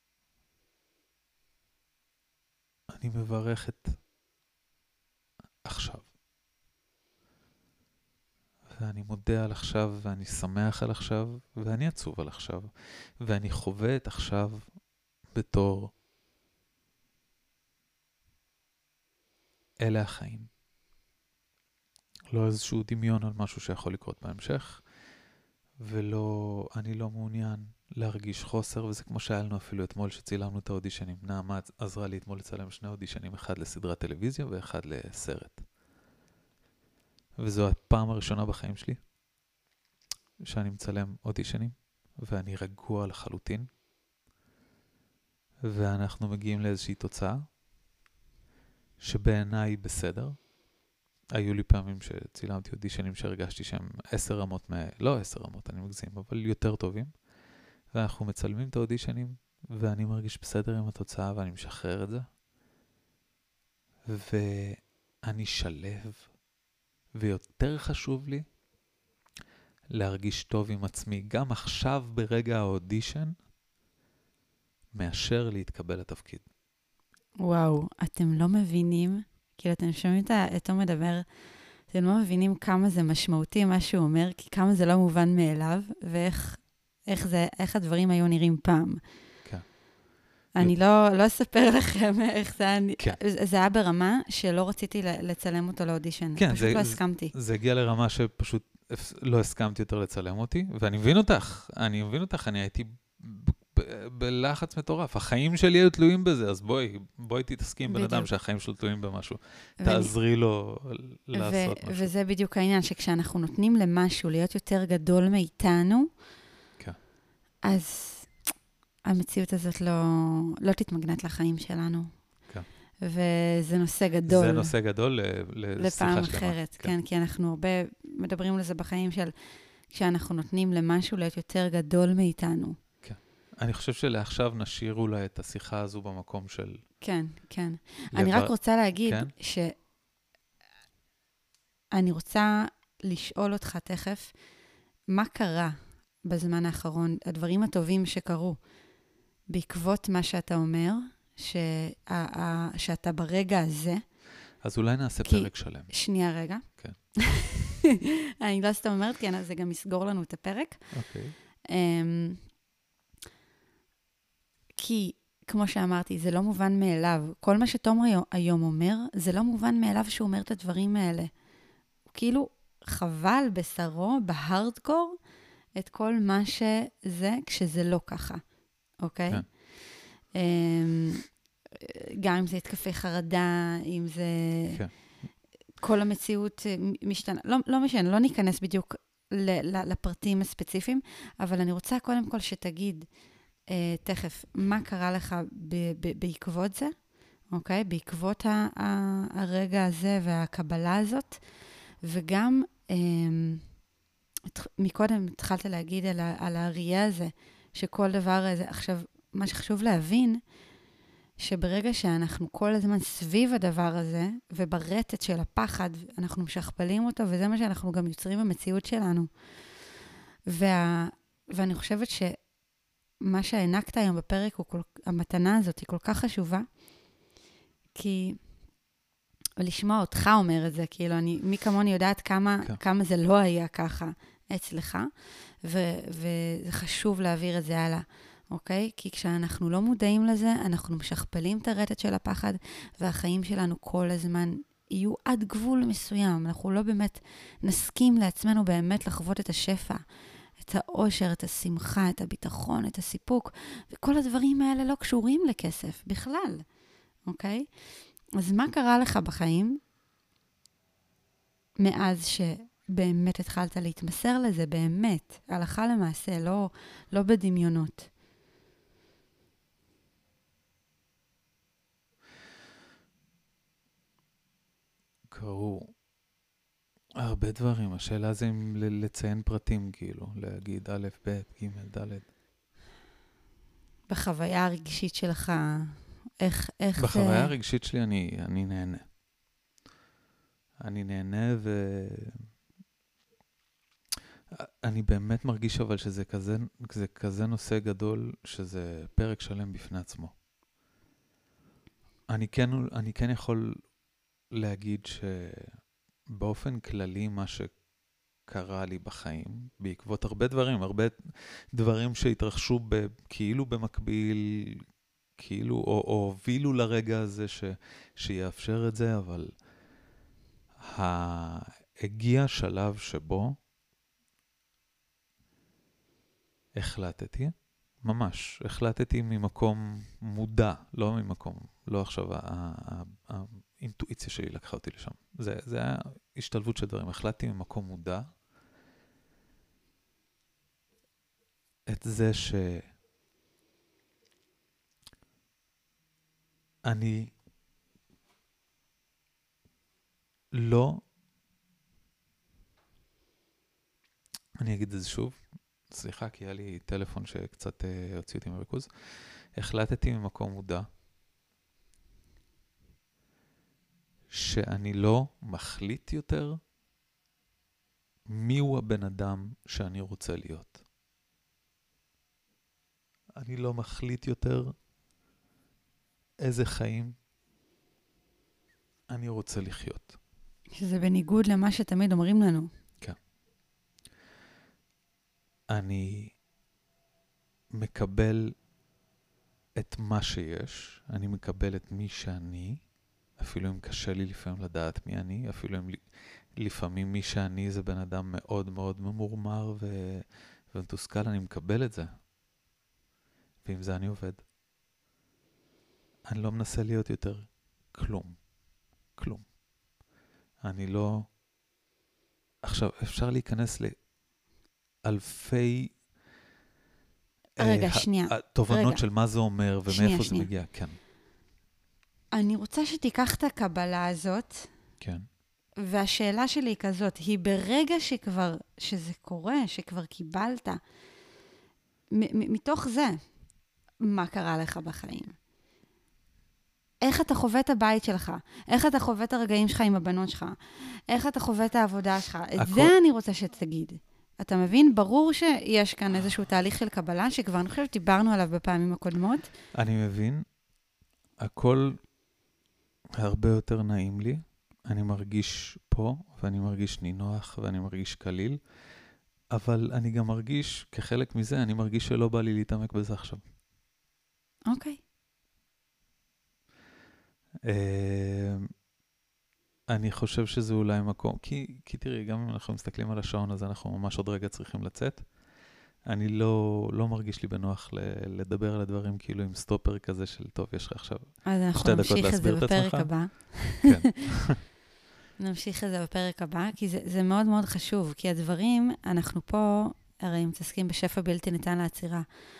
אני מברך את עכשיו. ואני מודה על עכשיו, ואני שמח על עכשיו, ואני עצוב על עכשיו, ואני חווה את עכשיו בתור אלה החיים. לא איזשהו דמיון על משהו שיכול לקרות בהמשך, ולא, אני לא מעוניין להרגיש חוסר, וזה כמו שהיה לנו אפילו אתמול שצילמנו את האודישנים. נעמה עזרה לי אתמול לצלם 2 אודישנים, אחד לסדרת טלוויזיה ואחד לסרט. וזו הפעם הראשונה בחיים שלי שאני מצלם אודישנים, ואני רגוע לחלוטין, ואנחנו מגיעים לאיזושהי תוצאה שבעיניי בסדר. היו לי פעמים שצילמתי אודישנים שהרגשתי שהם 10 רמות, לא 10 רמות, אני מגזים, אבל יותר טובים. ואנחנו מצלמים את האודישנים, ואני מרגיש בסדר עם התוצאה, ואני משחרר את זה. ואני שלב, ויותר חשוב לי להרגיש טוב עם עצמי, גם עכשיו ברגע האודישן, מאשר להתקבל לתפקיד. וואו, אתם לא מבינים, כאילו אתם שומעים את הוא מדבר, אתם לא מבינים כמה זה משמעותי מה שהוא אומר, כי כמה זה לא מובן מאליו, ואיך הדברים היו נראים פעם. כן. אני לא אספר לכם איך זה היה, כן. זה היה ברמה שלא רציתי לצלם אותו לאודישן, כן, פשוט לא הסכמתי. זה הגיע לרמה שפשוט לא הסכמתי יותר לצלם אותי, ואני מבין אותך, אני הייתי בלחץ מטורף. החיים שלי היו תלויים בזה, אז בואי תתעסקי עם בן אדם שהחיים שלו תלויים במשהו. תעזרי לו לעשות משהו. וזה בדיוק העניין, שכשאנחנו נותנים למשהו להיות יותר גדול מאיתנו, אז המציאות הזאת לא תתמגנת לחיים שלנו. וזה נושא גדול. זה נושא גדול לשיחה שלמה. לפעם אחרת, כן, כי אנחנו הרבה מדברים לזה בחיים של כשאנחנו נותנים למשהו להיות יותר גדול מאיתנו. אני חושב שלעכשיו נשאיר אולי את השיחה הזו במקום של... כן, כן. אני רק רוצה להגיד שאני רוצה לשאול אותך תכף, מה קרה בזמן האחרון, הדברים הטובים שקרו, בעקבות מה שאתה אומר, שאתה ברגע הזה... אז אולי נעשה פרק שלם. שנייה רגע. כן. אני לא סתם אומרת, כי זה גם יסגור לנו את הפרק. אוקיי. כי, כמו שאמרתי, זה לא מובן מאליו. כל מה שתומר היום אומר, זה לא מובן מאליו שהוא אומר את הדברים האלה. הוא כאילו חבל בשרו, בהארדקור, את כל מה שזה, כשזה לא ככה. אוקיי? גם אם זה התקפי חרדה, אם זה... כן. כל המציאות משתנה. לא משנה, לא ניכנס בדיוק לפרטים הספציפיים, אבל אני רוצה קודם כל שתגיד תכף, מה קרה לך בעקבות זה, אוקיי? בעקבות הרגע הזה והקבלה הזאת, וגם מקודם התחלת להגיד על הראייה הזה, שכל דבר הזה, עכשיו, מה שחשוב להבין, שברגע שאנחנו כל הזמן סביב הדבר הזה, וברטט של הפחד, אנחנו משכפלים אותו, וזה מה שאנחנו גם יוצרים במציאות שלנו. ואני חושבת שמה שהענקת היום בפרק, המתנה הזאת היא כל כך חשובה, כי לשמוע אותך אומר את זה, כאילו, מי כמוני יודעת כמה זה לא היה ככה אצלך, וזה חשוב להעביר את זה הלאה. אוקיי? כי כשאנחנו לא מודעים לזה, אנחנו משכפלים את הרטט של הפחד, והחיים שלנו כל הזמן יהיו עד גבול מסוים. אנחנו לא באמת נסכים לעצמנו באמת לחוות את השפע, את האושר, את השמחה, את הביטחון, את הסיפוק, וכל הדברים האלה לא קשורים לכסף בכלל. אוקיי? אז מה קרה לך בחיים מאז שבאמת התחלת להתמסר לזה, באמת, הלכה למעשה, לא בדמיונות? קרו הרבה דברים. השאלה זה אם לציין פרטים, כאילו, להגיד א', ב', ג', ד'. בחוויה הרגשית שלך, איך בחוויה הרגשית שלי אני נהנה. אני נהנה אני באמת מרגיש אבל שזה כזה נושא גדול, שזה פרק שלם בפני עצמו. אני כן יכול להגיד שבאופן כללי מה שקרה לי בחיים, בעקבות הרבה דברים שהתרחשו כאילו במקביל, כאילו, או הובילו לרגע הזה שיאפשר את זה, אבל הגיע שלב שבו ממש החלטתי ממקום מודע, לא עכשיו האינטואיציה שלי לקחה אותי לשם. זה היה השתלבות של דברים. החלטתי ממקום מודע את זה שאני לא, אני אגיד את זה שוב, סליחה, כי היה לי טלפון שקצת הוציא אותי מריכוז. החלטתי ממקום מודע שאני לא מחליט יותר מיהו הבן אדם שאני רוצה להיות. אני לא מחליט יותר איזה חיים אני רוצה לחיות. שזה בניגוד למה שתמיד אומרים לנו. כן. אני מקבל את מה שיש, אני מקבל את מי שאני, אפילו אם קשה לי לפעמים לדעת מי אני, אפילו אם לפעמים מי שאני זה בן אדם מאוד מאוד ממורמר ומתוסכל, אני מקבל את זה. ועם זה אני עובד. אני לא מנסה להיות יותר כלום. אני לא... עכשיו, אפשר להיכנס לאלפי... רגע, שנייה. תובנות של מה זה אומר ומאיפה זה מגיע. כן. אני רוצה שתיקח את הקבלה הזאת. כן. והשאלה שלי היא כזאת, היא ברגע שזה קורה, שכבר קיבלת, מתוך זה, מה קרה לך בחיים? איך אתה חווה את הבית שלך? איך אתה חווה את הרגעים שלך עם הבנות שלך? איך אתה חווה את העבודה שלך? את זה אני רוצה שתגיד. אתה מבין? ברור שיש כאן איזשהו תהליך של קבלה, שכבר אני חושבת דיברנו עליו בפעמים הקודמות. אני מבין. הכל הרבה יותר נעים לי. אני מרגיש פה, ואני מרגיש נינוח, ואני מרגיש קליל. אבל אני גם מרגיש, כחלק מזה, אני מרגיש שלא בא לי להתעמק בזה עכשיו. אוקיי. אני חושב שזה אולי מקום, כי תראי, גם אם אנחנו מסתכלים על השעון הזה, אנחנו ממש עוד רגע צריכים לצאת. אני לא מרגיש לי בנוח לדבר על הדברים כאילו עם סטופר כזה של טוב, יש לך עכשיו 2 דקות להסביר את עצמך. אז אנחנו נמשיך את זה בפרק הבא. כן. נמשיך את זה בפרק הבא, כי זה מאוד מאוד חשוב, כי הדברים, אנחנו פה, הרי מתעסקים בשפע בלתי ניתן לעצירה,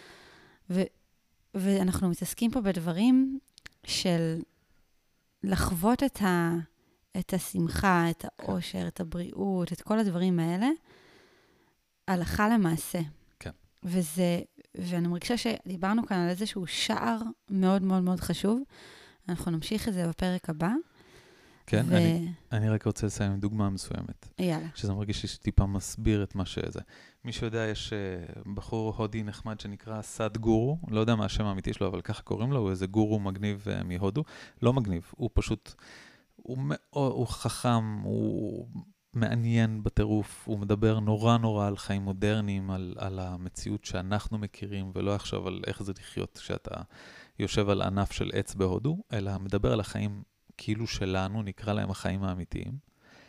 ואנחנו מתעסקים פה בדברים של לחוות את השמחה, את האושר, את הבריאות, את כל הדברים האלה, הלכה למעשה. כן. ואני מרגישה שדיברנו כאן על איזשהו שער מאוד מאוד מאוד חשוב. אנחנו נמשיך את זה בפרק הבא. כן, אני רק רוצה לסיים עם דוגמה מסוימת. יאללה. שזה מרגיש לי שטיפה מסביר את מה שזה. מי שיודע, יש בחור הודי נחמד שנקרא סאד גורו, לא יודע מה השם האמיתי שלו, אבל ככה קוראים לו, הוא איזה גורו מגניב מהודו. לא מגניב, הוא פשוט, הוא חכם, הוא מעניין בטירוף, הוא מדבר נורא נורא על חיים מודרניים, על המציאות שאנחנו מכירים, ולא עכשיו על איך זה לחיות כשאתה יושב על ענף של עץ בהודו, אלא מדבר על החיים כאילו שלנו, נקרא להם החיים האמיתיים.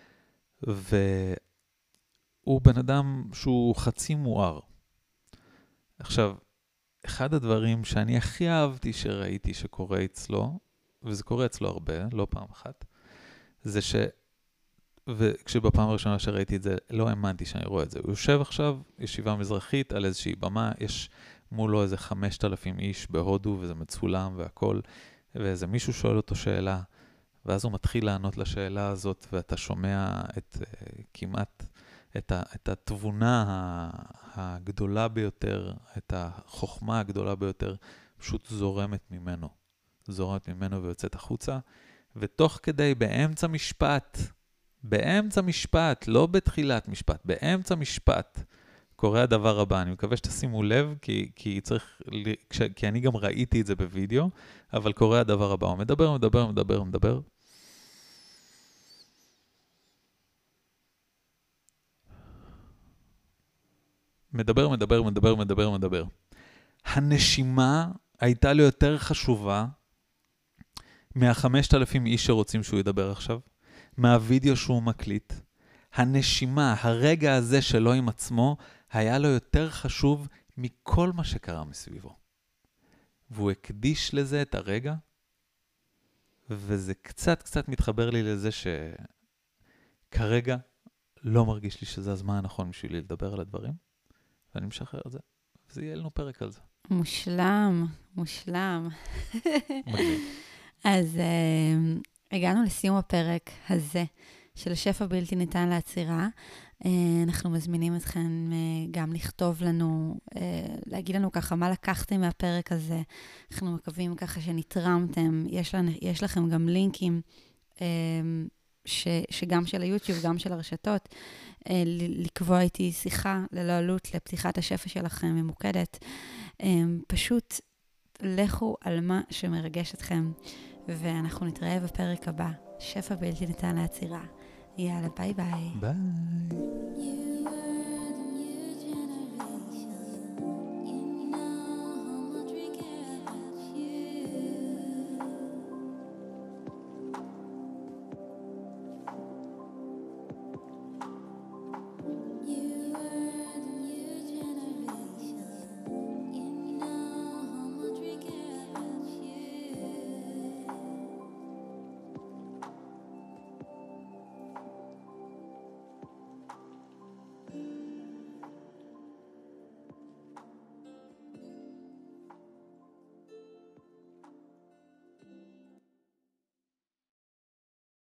והוא בן אדם שהוא חצי מואר. עכשיו, אחד הדברים שאני הכי אהבתי שראיתי שקורה אצלו, וזה קורה אצלו הרבה, לא פעם אחת, זה וכשבפעם הראשונה שראיתי את זה, לא האמנתי שאני רואה את זה. הוא יושב עכשיו, ישיבה מזרחית, על איזושהי במה, יש מולו איזה 5,000 איש בהודו, וזה מצולם והכל, ואיזה מישהו שואל אותו שאלה, ואז הוא מתחיל לענות לשאלה הזאת, ואתה שומע כמעט את התבונה הגדולה ביותר, את החוכמה הגדולה ביותר, פשוט זורמת ממנו ויוצאת החוצה, ותוך כדי באמצע משפט, לא בתחילת משפט, באמצע משפט, קורה הדבר הבא. אני מקווה שתשימו לב, כי אני גם ראיתי את זה בווידאו, אבל קורה הדבר הבא. הוא מדבר. מדבר. הנשימה הייתה לו יותר חשובה מה5,000 איש שרוצים שהוא ידבר עכשיו, מהווידאו שהוא מקליט. הנשימה, הרגע הזה שלו עם עצמו, היה לו יותר חשוב מכל מה שקרה מסביבו. והוא הקדיש לזה את הרגע, וזה קצת מתחבר לי לזה שכרגע לא מרגיש לי שזה הזמן הנכון בשבילי לדבר על הדברים, ואני משחרר את זה. וזה יהיה לנו פרק על זה. מושלם. מגניב. אז הגענו לסיום הפרק הזה של שפע בלתי ניתן לעצירה. אנחנו מזמינים אתכם גם לכתוב לנו, להגיד לנו ככה מה לקחתם מהפרק הזה. אנחנו מקווים ככה שנתרמתם. יש לכם גם לינקים שגם של היוטיוב, גם של הרשתות, לקבוע איתי שיחה ללא עלות לפתיחת השפע שלכם ממוקדת. פשוט לכו על מה שמרגש אתכם, ואנחנו נתראה בפרק הבא. שפע בלתי ניתן לעצירה. יאללה, ביי ביי. ביי.